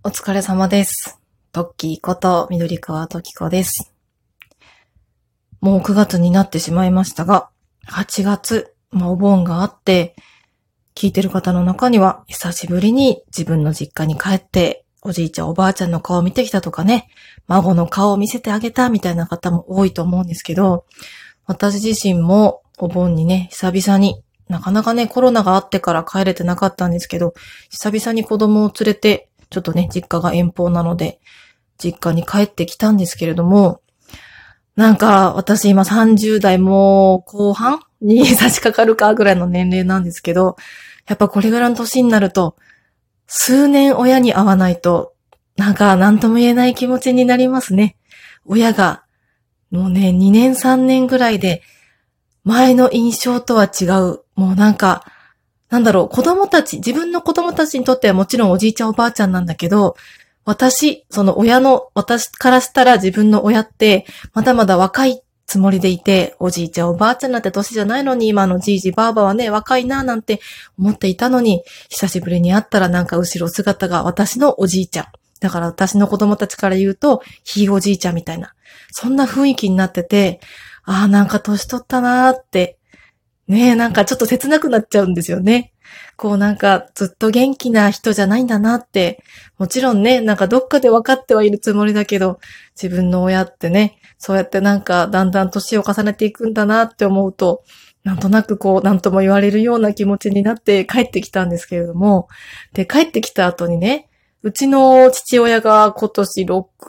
お疲れ様です。トッキーこと緑川トキコです。もう9月になってしまいましたが、8月、お盆があって、聞いてる方の中には久しぶりに自分の実家に帰って、おじいちゃんおばあちゃんの顔を見てきたとかね、孫の顔を見せてあげたみたいな方も多いと思うんですけど、私自身もお盆にね、久々に、なかなかね、コロナがあってから帰れてなかったんですけど、久々に子供を連れて、ちょっとね、実家が遠方なので、実家に帰ってきたんですけれども、なんか私今30代もう後半に差し掛かるかぐらいの年齢なんですけど、やっぱこれぐらいの年になると、数年親に会わないと、なんか何とも言えない気持ちになりますね。親がもうね、2年3年ぐらいで前の印象とは違う。もうなんか、子供たち、自分の子供たちにとってはもちろんおじいちゃんおばあちゃんなんだけど、その私からしたら自分の親って、まだまだ若いつもりでいて、おじいちゃんおばあちゃんなんて年じゃないのに、今のじいじばあばはね、若いななんて思っていたのに、久しぶりに会ったらなんか後ろ姿が私のおじいちゃん。だから私の子供たちから言うと、ひいおじいちゃんみたいな。そんな雰囲気になってて、なんか年取ったなーって、ねえ、なんかちょっと切なくなっちゃうんですよね。こうなんかずっと元気な人じゃないんだなって、もちろんね、なんかどっかで分かってはいるつもりだけど、自分の親ってね、そうやってなんかだんだん年を重ねていくんだなって思うと、なんとなくなんとも言われるような気持ちになって帰ってきたんですけれども、で、帰ってきた後にね、うちの父親が今年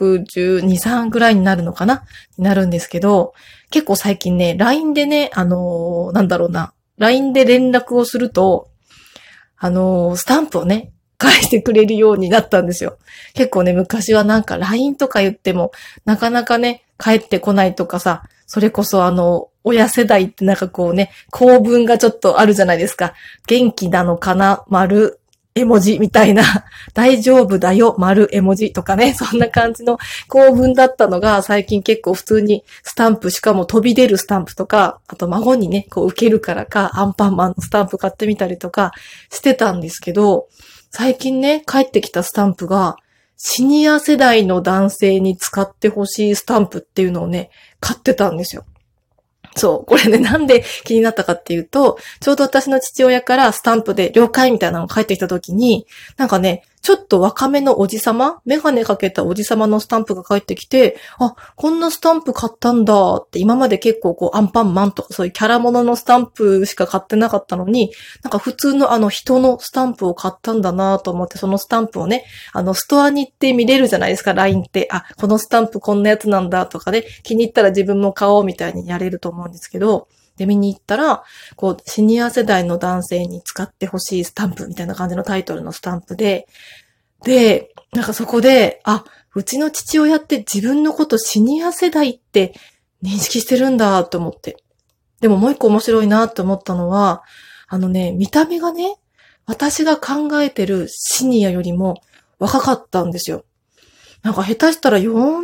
62、3ぐらいになるのかなになるんですけど、結構最近ね、LINE でね、LINE で連絡をすると、スタンプをね、返してくれるようになったんですよ。結構ね、昔はなんか LINE とか言っても、なかなかね、帰ってこないとかさ、それこそ親世代ってなんかこうね、構文がちょっとあるじゃないですか。元気なのかな丸絵文字みたいな、大丈夫だよ丸絵文字とかね、そんな感じの構文だったのが最近結構普通にスタンプ、しかも飛び出るスタンプとか、あと孫にね、こう受けるからか、アンパンマンのスタンプ買ってみたりとかしてたんですけど、最近ね、帰ってきたスタンプが、シニア世代の男性に使ってほしいスタンプっていうのをね、買ってたんですよ。そう。これね、なんで気になったかっていうと、ちょうど私の父親からスタンプで了解みたいなのが返ってきた時に、なんかね、ちょっと若めのおじさま、メガネかけたおじさまのスタンプが返ってきて、こんなスタンプ買ったんだって、今まで結構アンパンマンとかそういうキャラもののスタンプしか買ってなかったのに、なんか普通の人のスタンプを買ったんだなと思って、そのスタンプをね、ストアに行って見れるじゃないですか、LINE って。このスタンプこんなやつなんだとかね、気に入ったら自分も買おうみたいにやれると思うんですけど、で、見に行ったら、シニア世代の男性に使ってほしいスタンプみたいな感じのタイトルのスタンプで、なんかそこで、うちの父親って自分のことシニア世代って認識してるんだと思って。でももう一個面白いなと思ったのは、見た目がね、私が考えてるシニアよりも若かったんですよ。なんか下手したら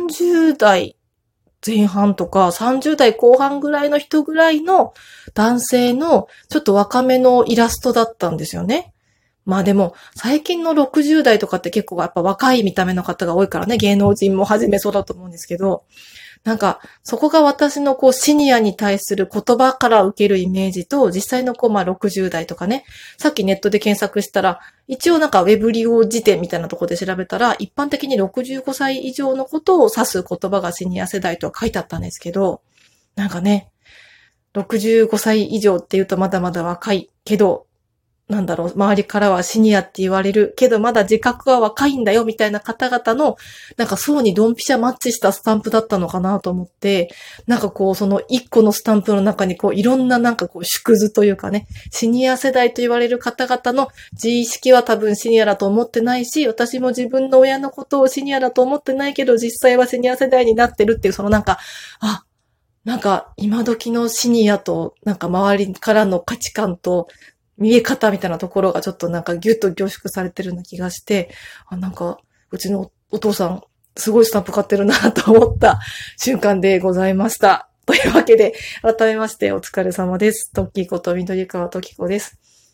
40代前半とか30代後半ぐらいの人ぐらいの男性のちょっと若めのイラストだったんですよね。まあでも最近の60代とかって結構やっぱ若い見た目の方が多いからね、芸能人もはじめそうだと思うんですけど、なんか、そこが私のシニアに対する言葉から受けるイメージと、実際の60代とかね、さっきネットで検索したら、一応なんかウェブ利用辞典みたいなところで調べたら、一般的に65歳以上のことを指す言葉がシニア世代とは書いてあったんですけど、なんかね、65歳以上って言うとまだまだ若いけど、周りからはシニアって言われるけど、まだ自覚は若いんだよ、みたいな方々の、なんか層にドンピシャマッチしたスタンプだったのかなと思って、なんかその一個のスタンプの中にいろんな縮図というかね、シニア世代と言われる方々の自意識は多分シニアだと思ってないし、私も自分の親のことをシニアだと思ってないけど、実際はシニア世代になってるっていう、その今時のシニアと、周りからの価値観と、見え方みたいなところがちょっとギュッと凝縮されてるような気がして、うちのお父さん、すごいスタンプ買ってるなと思った瞬間でございました。というわけで、改めましてお疲れ様です。トッキーこと緑川トキコです。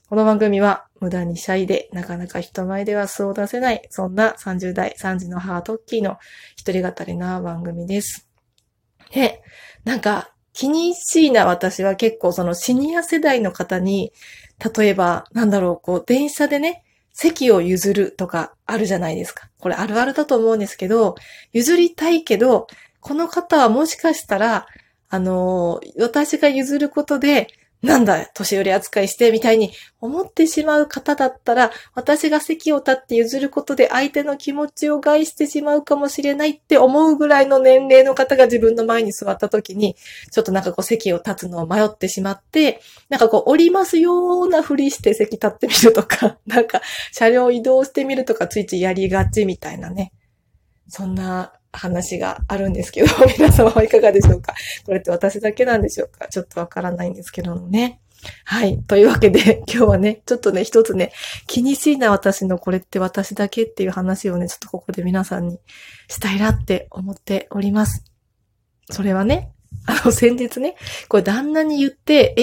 この番組は無駄にシャイでなかなか人前では素を出せない、そんな30代3児の母トッキーの一人語りな番組です。で、なんか気にしいな私は結構そのシニア世代の方に、例えば電車でね、席を譲るとかあるじゃないですか。これあるあるだと思うんですけど、譲りたいけど、この方はもしかしたら、私が譲ることで、なんだ、年寄り扱いして、みたいに思ってしまう方だったら、私が席を立って譲ることで相手の気持ちを害してしまうかもしれないって思うぐらいの年齢の方が自分の前に座った時に、ちょっと席を立つのを迷ってしまって、降りますようなふりして席立ってみるとか、車両移動してみるとかついついやりがちみたいなね。そんな話があるんですけど、皆様はいかがでしょうか？これって私だけなんでしょうか？ちょっとわからないんですけどもね。はい。というわけで、今日はね、ちょっとね、一つね、気にしいな私のこれって私だけっていう話をね、ちょっとここで皆さんにしたいなって思っております。それはね、先日ね、これ旦那に言って、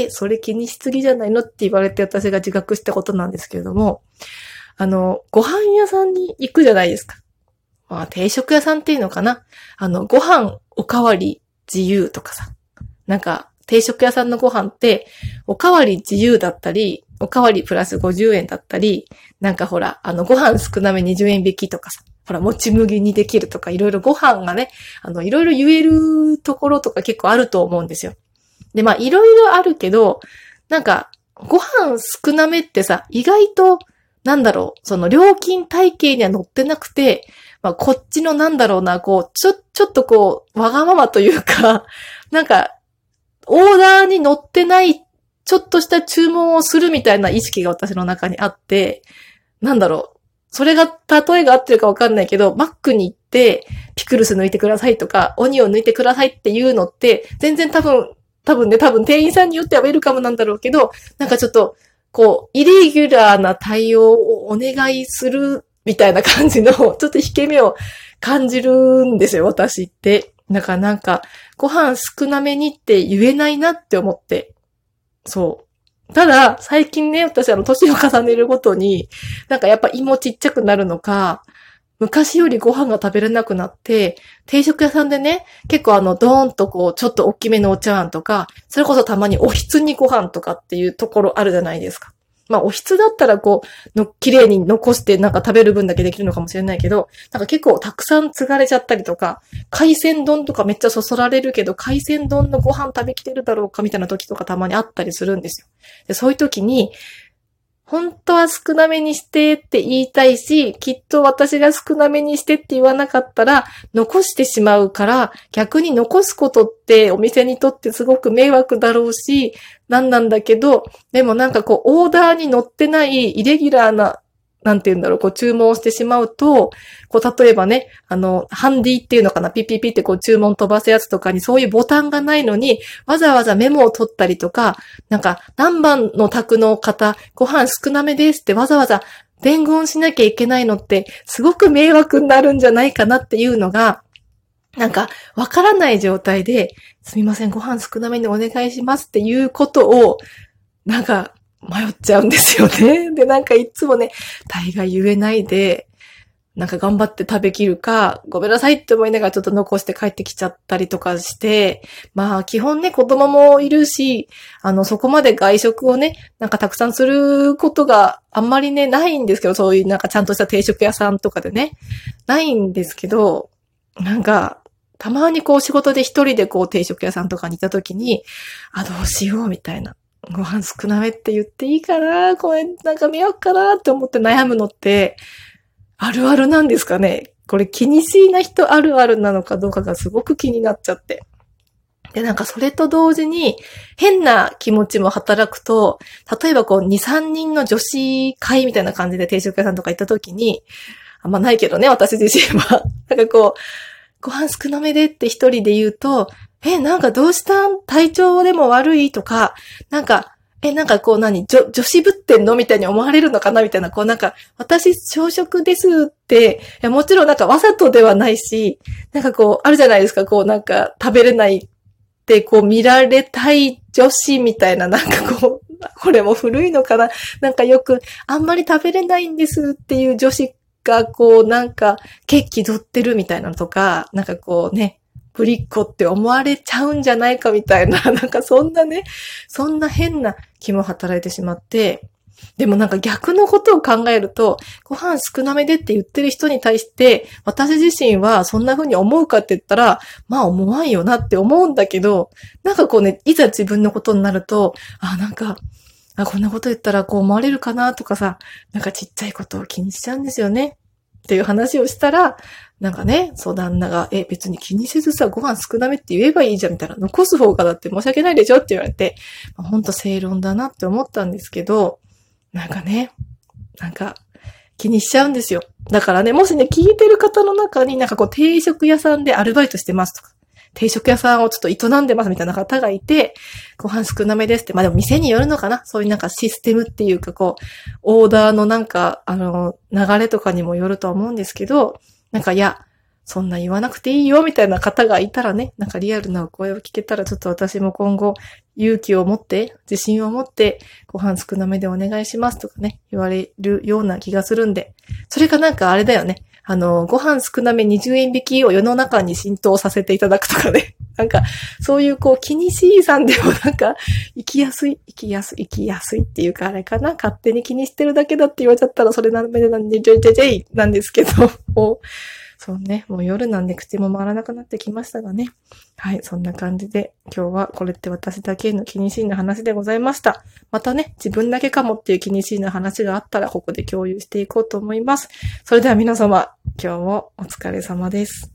それ気にしすぎじゃないのって言われて私が自覚したことなんですけれども、ご飯屋さんに行くじゃないですか。定食屋さんっていうのかな？ご飯おかわり自由とかさ。定食屋さんのご飯って、おかわり自由だったり、おかわりプラス50円だったり、ご飯少なめ20円引きとかさ。もち麦にできるとか、いろいろご飯がね、いろいろ言えるところとか結構あると思うんですよ。で、いろいろあるけど、ご飯少なめってさ、意外と、その料金体系には載ってなくて、こっちのちょっとわがままというか、オーダーに載ってない、ちょっとした注文をするみたいな意識が私の中にあって、それが、例えが合ってるかわかんないけど、マックに行って、ピクルス抜いてくださいとか、オニオン抜いてくださいっていうのって、全然多分店員さんによってはウェルカムなんだろうけど、ちょっと、イレギュラーな対応をお願いするみたいな感じの、ちょっと引け目を感じるんですよ、私って。ご飯少なめにって言えないなって思って。そう。ただ、最近ね、私年を重ねるごとに、やっぱ胃もちっちゃくなるのか、昔よりご飯が食べれなくなって、定食屋さんでね、結構ドーンとちょっと大きめのお茶碗とか、それこそたまにおひつにご飯とかっていうところあるじゃないですか。おひつだったら綺麗に残して食べる分だけできるのかもしれないけど、結構たくさん継がれちゃったりとか、海鮮丼とかめっちゃそそられるけど、海鮮丼のご飯食べきてるだろうかみたいな時とかたまにあったりするんですよ。で、そういう時に、本当は少なめにしてって言いたいし、きっと私が少なめにしてって言わなかったら残してしまうから、逆に残すことってお店にとってすごく迷惑だろうし、なんだけど、でもオーダーに載ってないイレギュラーな、注文をしてしまうと、例えばね、ハンディっていうのかな、ピッピッピって注文飛ばすやつとかにそういうボタンがないのに、わざわざメモを取ったりとか、何番の宅の方、ご飯少なめですってわざわざ伝言しなきゃいけないのって、すごく迷惑になるんじゃないかなっていうのが、わからない状態で、すみません、ご飯少なめにお願いしますっていうことを、迷っちゃうんですよね。で、いつもね、大概言えないで、頑張って食べきるか、ごめんなさいって思いながらちょっと残して帰ってきちゃったりとかして、基本ね、子供もいるし、そこまで外食をね、たくさんすることがあんまりね、ないんですけど、そういうちゃんとした定食屋さんとかでね、ないんですけど、たまに仕事で一人で定食屋さんとかに行った時に、どうしようみたいな。ご飯少なめって言っていいかな？これ迷惑かなって思って悩むのって、あるあるなんですかね？これ気にしいな人あるあるなのかどうかがすごく気になっちゃって。で、それと同時に変な気持ちも働くと、例えば2、3人の女子会みたいな感じで定食屋さんとか行った時に、あんまないけどね、私自身は。ご飯少なめでって一人で言うと、どうしたん？体調でも悪いとか、女子ぶってんのみたいに思われるのかなみたいな、私、小食ですって、いやもちろんわざとではないし、あるじゃないですか、食べれないって見られたい女子みたいな、 これも古いのかな。なんかよく、あんまり食べれないんですっていう女子がこう、なんか、ケーキ取ってるみたいなのとか、なんかこうね、ぶりっ子って思われちゃうんじゃないかみたいな、なんかそんなね、そんな変な気も働いてしまって、でもなんか逆のことを考えると、ご飯少なめでって言ってる人に対して、私自身はそんな風に思うかって言ったら、まあ思わんよなって思うんだけど、なんかこうね、いざ自分のことになると、なんか、こんなこと言ったらこう思われるかなとかさ、なんかちっちゃいことを気にしちゃうんですよね。っていう話をしたら、なんかね、そう旦那が、別に気にせずさ、ご飯少なめって言えばいいじゃんみたいな、残す方がだって申し訳ないでしょって言われて、ほんと正論だなって思ったんですけど、なんかね、なんか気にしちゃうんですよ。だからね、もしね、聞いてる方の中になんかこう定食屋さんでアルバイトしてますとか、定食屋さんをちょっと営んでますみたいな方がいて、ご飯少なめですって、まあでも店によるのかな、そういうなんかシステムっていうかこう、オーダーのなんか、流れとかにもよるとは思うんですけど、なんかいや、そんな言わなくていいよみたいな方がいたらね、なんかリアルなお声を聞けたらちょっと私も今後勇気を持って、自信を持ってご飯少なめでお願いしますとかね、言われるような気がするんで、それかなんかあれだよね、ご飯少なめ20円引きを世の中に浸透させていただくとかね、なんかそういうこう気にしいさんでもなんか生きやすいっていうかあれかな、勝手に気にしてるだけだって言われちゃったらそれなんでなんですけど、もうそうね、もう夜なんで口も回らなくなってきましたがね。はい、そんな感じで今日はこれって私だけの気にしいな話でございました。またね、自分だけかもっていう気にしいな話があったらここで共有していこうと思います。それでは皆様、今日もお疲れ様です。